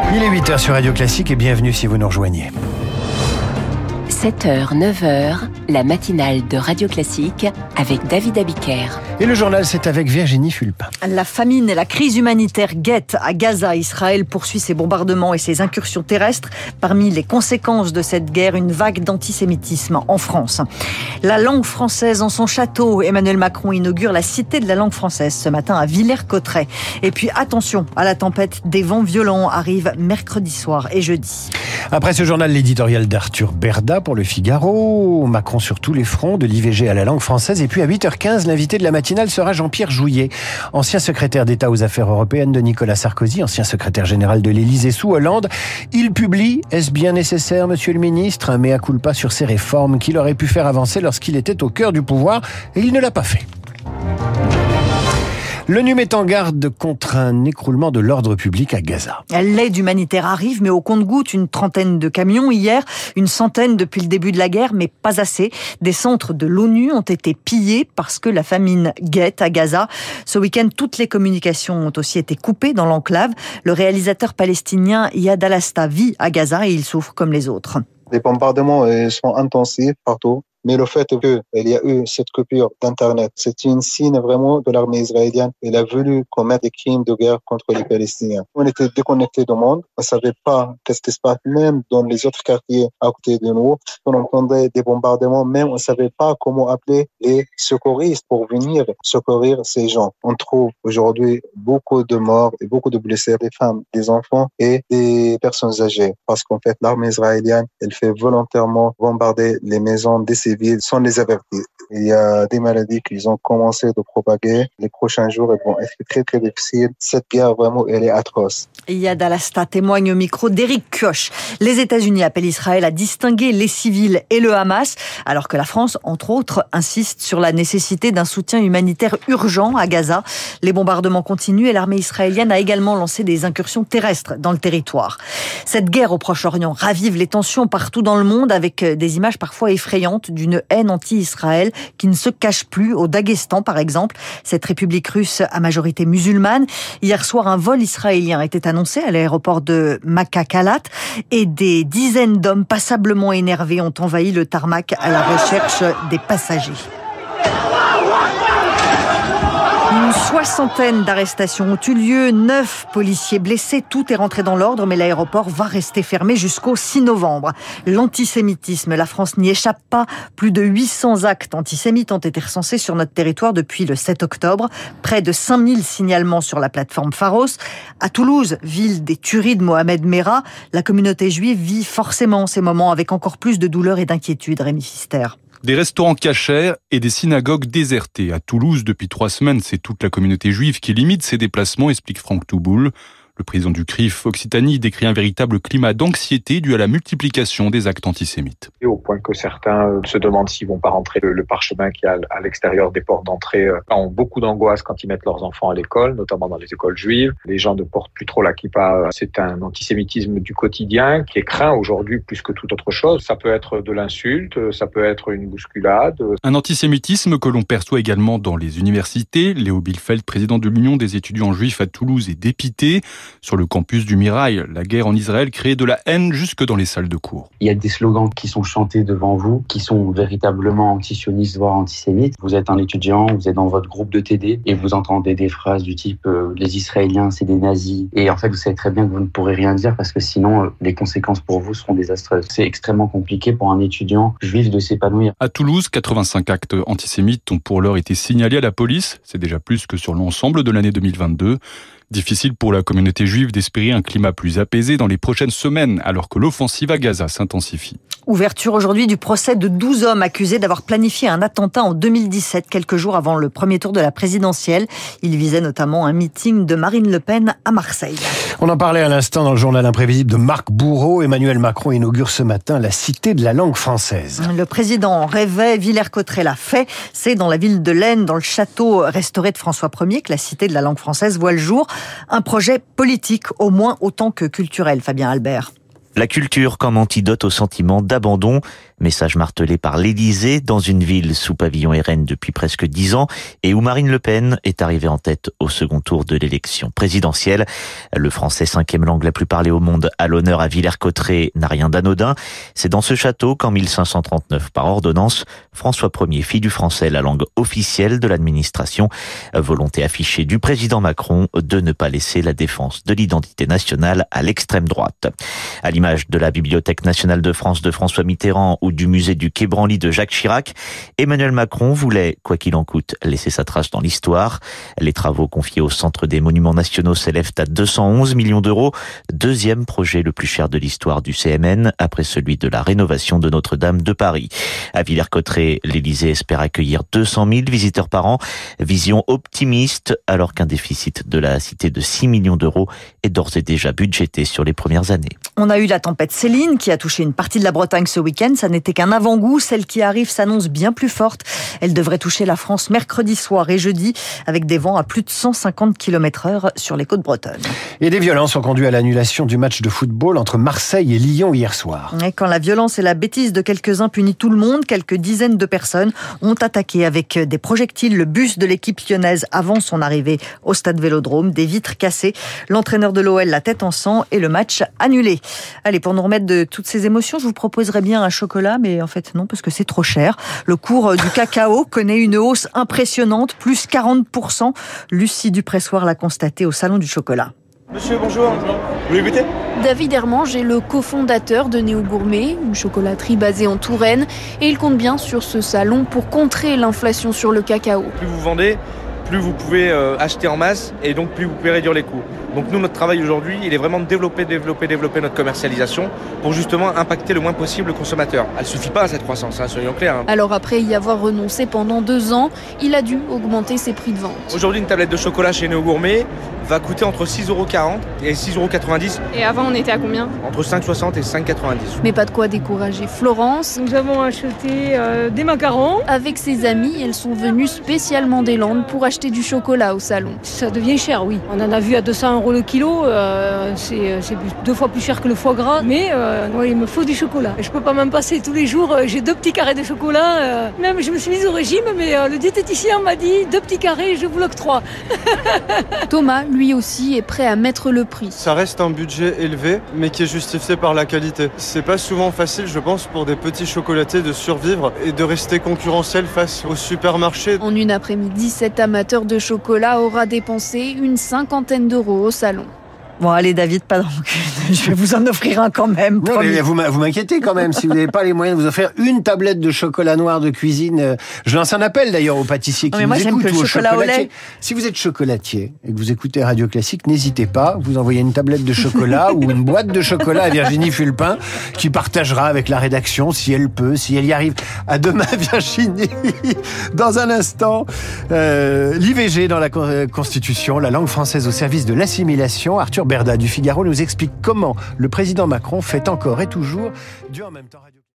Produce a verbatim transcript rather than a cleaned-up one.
Il est huit heures sur Radio Classique et bienvenue si vous nous rejoignez. sept heures, neuf heures, la matinale de Radio Classique avec David Abiker. Et le journal, c'est avec Virginie Fulpin. La famine et la crise humanitaire guettent à Gaza. Israël poursuit ses bombardements et ses incursions terrestres. Parmi les conséquences de cette guerre, une vague d'antisémitisme en France. La langue française en son château. Emmanuel Macron inaugure la cité de la langue française ce matin à Villers-Cotterêts. Et puis attention à la tempête, des vents violents arrivent mercredi soir et jeudi. Après ce journal, l'éditorial d'Arthur Berda pour Le Figaro. Macron sur tous les fronts, de l'I V G à la langue française. Et puis à huit heures quinze, l'invité de la matinale sera Jean-Pierre Jouyet, ancien secrétaire d'État aux affaires européennes de Nicolas Sarkozy, ancien secrétaire général de l'Élysée sous Hollande. Il publie « Est-ce bien nécessaire, monsieur le ministre ?» un mea culpa sur ces réformes qu'il aurait pu faire avancer lorsqu'il était au cœur du pouvoir, et il ne l'a pas fait. L'ONU met en garde contre un écroulement de l'ordre public à Gaza. L'aide humanitaire arrive, mais au compte-gouttes, une trentaine de camions hier, une centaine depuis le début de la guerre, mais pas assez. Des centres de l'ONU ont été pillés parce que la famine guette à Gaza. Ce week-end, toutes les communications ont aussi été coupées dans l'enclave. Le réalisateur palestinien Yad Al-Asta vit à Gaza et il souffre comme les autres. Les bombardements sont intensifs partout. Mais le fait qu'il y a eu cette coupure d'Internet, c'est un signe vraiment de l'armée israélienne. Elle a voulu commettre des crimes de guerre contre les Palestiniens. On était déconnectés du monde. On ne savait pas qu'est-ce qui se passe, même dans les autres quartiers à côté de nous. On entendait des bombardements, même on ne savait pas comment appeler les secouristes pour venir secourir ces gens. On trouve aujourd'hui beaucoup de morts et beaucoup de blessés, des femmes, des enfants et des personnes âgées. Parce qu'en fait, l'armée israélienne, elle fait volontairement bombarder les maisons des civils sans les avertir. Il y a des maladies qu'ils ont commencé de propager. Les prochains jours, elles vont être très très difficiles. Cette guerre, vraiment, elle est atroce. Yad Al-Asta témoigne au micro d'Éric Kioch. Les États-Unis appellent Israël à distinguer les civils et le Hamas, alors que la France, entre autres, insiste sur la nécessité d'un soutien humanitaire urgent à Gaza. Les bombardements continuent et l'armée israélienne a également lancé des incursions terrestres dans le territoire. Cette guerre au Proche-Orient ravive les tensions partout dans le monde avec des images parfois effrayantes d'une haine anti-Israël qui ne se cache plus, au Daghestan par exemple, cette république russe à majorité musulmane. Hier soir, un vol israélien était annoncé à l'aéroport de Makakalat et des dizaines d'hommes passablement énervés ont envahi le tarmac à la recherche des passagers. Une soixantaine d'arrestations ont eu lieu, neuf policiers blessés, tout est rentré dans l'ordre, mais l'aéroport va rester fermé jusqu'au six novembre. L'antisémitisme, la France n'y échappe pas. Plus de huit cents actes antisémites ont été recensés sur notre territoire depuis le sept octobre. Près de cinq mille signalements sur la plateforme Pharos. À Toulouse, ville des tueries de Mohamed Merah, la communauté juive vit forcément ces moments avec encore plus de douleur et d'inquiétude. Rémi Fister. Des restaurants cachers et des synagogues désertées. À Toulouse, depuis trois semaines, c'est toute la communauté juive qui limite ses déplacements, explique Franck Touboul. Le président du C R I F Occitanie décrit un véritable climat d'anxiété dû à la multiplication des actes antisémites. Et au point que certains se demandent s'ils vont pas rentrer le, le parchemin qui est à, à l'extérieur des portes d'entrée euh, ont beaucoup d'angoisse quand ils mettent leurs enfants à l'école, notamment dans les écoles juives. Les gens ne portent plus trop la kippa. C'est un antisémitisme du quotidien qui est craint aujourd'hui plus que toute autre chose. Ça peut être de l'insulte, ça peut être une bousculade. Un antisémitisme que l'on perçoit également dans les universités. Léo Bielfeld, président de l'Union des étudiants juifs à Toulouse, est dépité. Sur le campus du Mirail, la guerre en Israël crée de la haine jusque dans les salles de cours. Il y a des slogans qui sont chantés devant vous, qui sont véritablement antisionistes, voire antisémites. Vous êtes un étudiant, vous êtes dans votre groupe de T D et vous entendez des phrases du type euh, « les Israéliens, c'est des nazis ». Et en fait, vous savez très bien que vous ne pourrez rien dire parce que sinon, euh, les conséquences pour vous seront désastreuses. C'est extrêmement compliqué pour un étudiant juif de s'épanouir. À Toulouse, quatre-vingt-cinq actes antisémites ont pour l'heure été signalés à la police. C'est déjà plus que sur l'ensemble de l'année deux mille vingt-deux. Difficile pour la communauté juive d'espérer un climat plus apaisé dans les prochaines semaines, alors que l'offensive à Gaza s'intensifie. Ouverture aujourd'hui du procès de douze hommes accusés d'avoir planifié un attentat en deux mille dix-sept, quelques jours avant le premier tour de la présidentielle. Ils visaient notamment un meeting de Marine Le Pen à Marseille. On en parlait à l'instant dans le journal imprévisible de Marc Bourreau. Emmanuel Macron inaugure ce matin la cité de la langue française. Le président rêvait, Villers-Cotterêts l'a fait. C'est dans la ville de l'Aisne, dans le château restauré de François Ier, que la cité de la langue française voit le jour. Un projet politique, au moins autant que culturel, Fabien Albert. La culture comme antidote au sentiment d'abandon, message martelé par l'Élysée dans une ville sous pavillon R N depuis presque dix ans et où Marine Le Pen est arrivée en tête au second tour de l'élection présidentielle. Le français cinquième langue la plus parlée au monde à l'honneur à Villers-Cotterêts n'a rien d'anodin. C'est dans ce château qu'en mille cinq cent trente-neuf, par ordonnance, François Ier fit du français la langue officielle de l'administration. Volonté affichée du président Macron de ne pas laisser la défense de l'identité nationale à l'extrême droite. À l'image de la Bibliothèque nationale de France de François Mitterrand ou du musée du Quai Branly de Jacques Chirac, Emmanuel Macron voulait, quoi qu'il en coûte, laisser sa trace dans l'histoire. Les travaux confiés au Centre des Monuments Nationaux s'élèvent à deux cent onze millions d'euros, deuxième projet le plus cher de l'histoire du C M N, après celui de la rénovation de Notre-Dame de Paris. À Villers-Cotterêts, l'Élysée espère accueillir deux cent mille visiteurs par an. Vision optimiste, alors qu'un déficit de la cité de six millions d'euros est d'ores et déjà budgété sur les premières années. On a eu la tempête Céline qui a touché une partie de la Bretagne ce week-end. Ça n'était qu'un avant-goût. Celle qui arrive s'annonce bien plus forte. Elle devrait toucher la France mercredi soir et jeudi avec des vents à plus de cent cinquante kilomètres heure sur les côtes bretonnes. Et des violences ont conduit à l'annulation du match de football entre Marseille et Lyon hier soir. Et quand la violence et la bêtise de quelques-uns punit tout le monde, quelques dizaines de personnes ont attaqué avec des projectiles le bus de l'équipe lyonnaise avant son arrivée au stade Vélodrome. Des vitres cassées, l'entraîneur de l'O L la tête en sang et le match annulé. Allez, pour nous remettre de toutes ces émotions, je vous proposerais bien un chocolat, mais en fait non, parce que c'est trop cher. Le cours du cacao connaît une hausse impressionnante, plus quarante pour cent. Lucie Dupressoir l'a constaté au Salon du Chocolat. Monsieur, bonjour. Vous voulez goûter ? David Hermange est le cofondateur de Néo Gourmet, une chocolaterie basée en Touraine, et il compte bien sur ce salon pour contrer l'inflation sur le cacao. Plus vous vendez, plus vous pouvez euh, acheter en masse et donc plus vous pouvez réduire les coûts. Donc nous, notre travail aujourd'hui, il est vraiment de développer, développer, développer notre commercialisation pour justement impacter le moins possible le consommateur. Elle ne suffit pas à cette croissance, hein, soyons clairs. Hein. Alors après y avoir renoncé pendant deux ans, il a dû augmenter ses prix de vente. Aujourd'hui, une tablette de chocolat chez Néo Gourmet va coûter entre six euros quarante et six euros quatre-vingt-dix. Et avant, on était à combien ? Entre cinq euros soixante et cinq euros quatre-vingt-dix. Mais pas de quoi décourager Florence. Nous avons acheté euh, des macarons. Avec ses amis, elles sont venues spécialement des Landes pour acheter du chocolat au salon. Ça devient cher, oui. On en a vu à deux cents euros le kilo. Euh, c'est, c'est deux fois plus cher que le foie gras. Mais euh, ouais, il me faut du chocolat. Je peux pas m'en passer tous les jours. J'ai deux petits carrés de chocolat. Euh, même je me suis mise au régime, mais euh, le diététicien m'a dit deux petits carrés, je vous l'octroie. Thomas, lui aussi, est prêt à mettre le prix. Ça reste un budget élevé, mais qui est justifié par la qualité. C'est pas souvent facile, je pense, pour des petits chocolatiers de survivre et de rester concurrentiel face au supermarché. En une après-midi, cet amateur de chocolat aura dépensé une cinquantaine d'euros au salon. Bon, allez, David, pas donc. Je vais vous en offrir un quand même. Non, mais vous m'inquiétez quand même. Si vous n'avez pas les moyens de vous offrir une tablette de chocolat noir de cuisine, je lance un appel d'ailleurs aux pâtissiers qui non, mais nous moi, écoutent j'aime ou aux le chocolat chocolatiers. au lait. Si vous êtes chocolatier et que vous écoutez Radio Classique, n'hésitez pas. Vous envoyez une tablette de chocolat ou une boîte de chocolat à Virginie Fulpin, qui partagera avec la rédaction si elle peut, si elle y arrive. À demain, Virginie. Dans un instant, euh, l'I V G dans la Constitution, la langue française au service de l'assimilation. Arthur Berda du Figaro nous explique comment le président Macron fait encore et toujours du en même temps radio.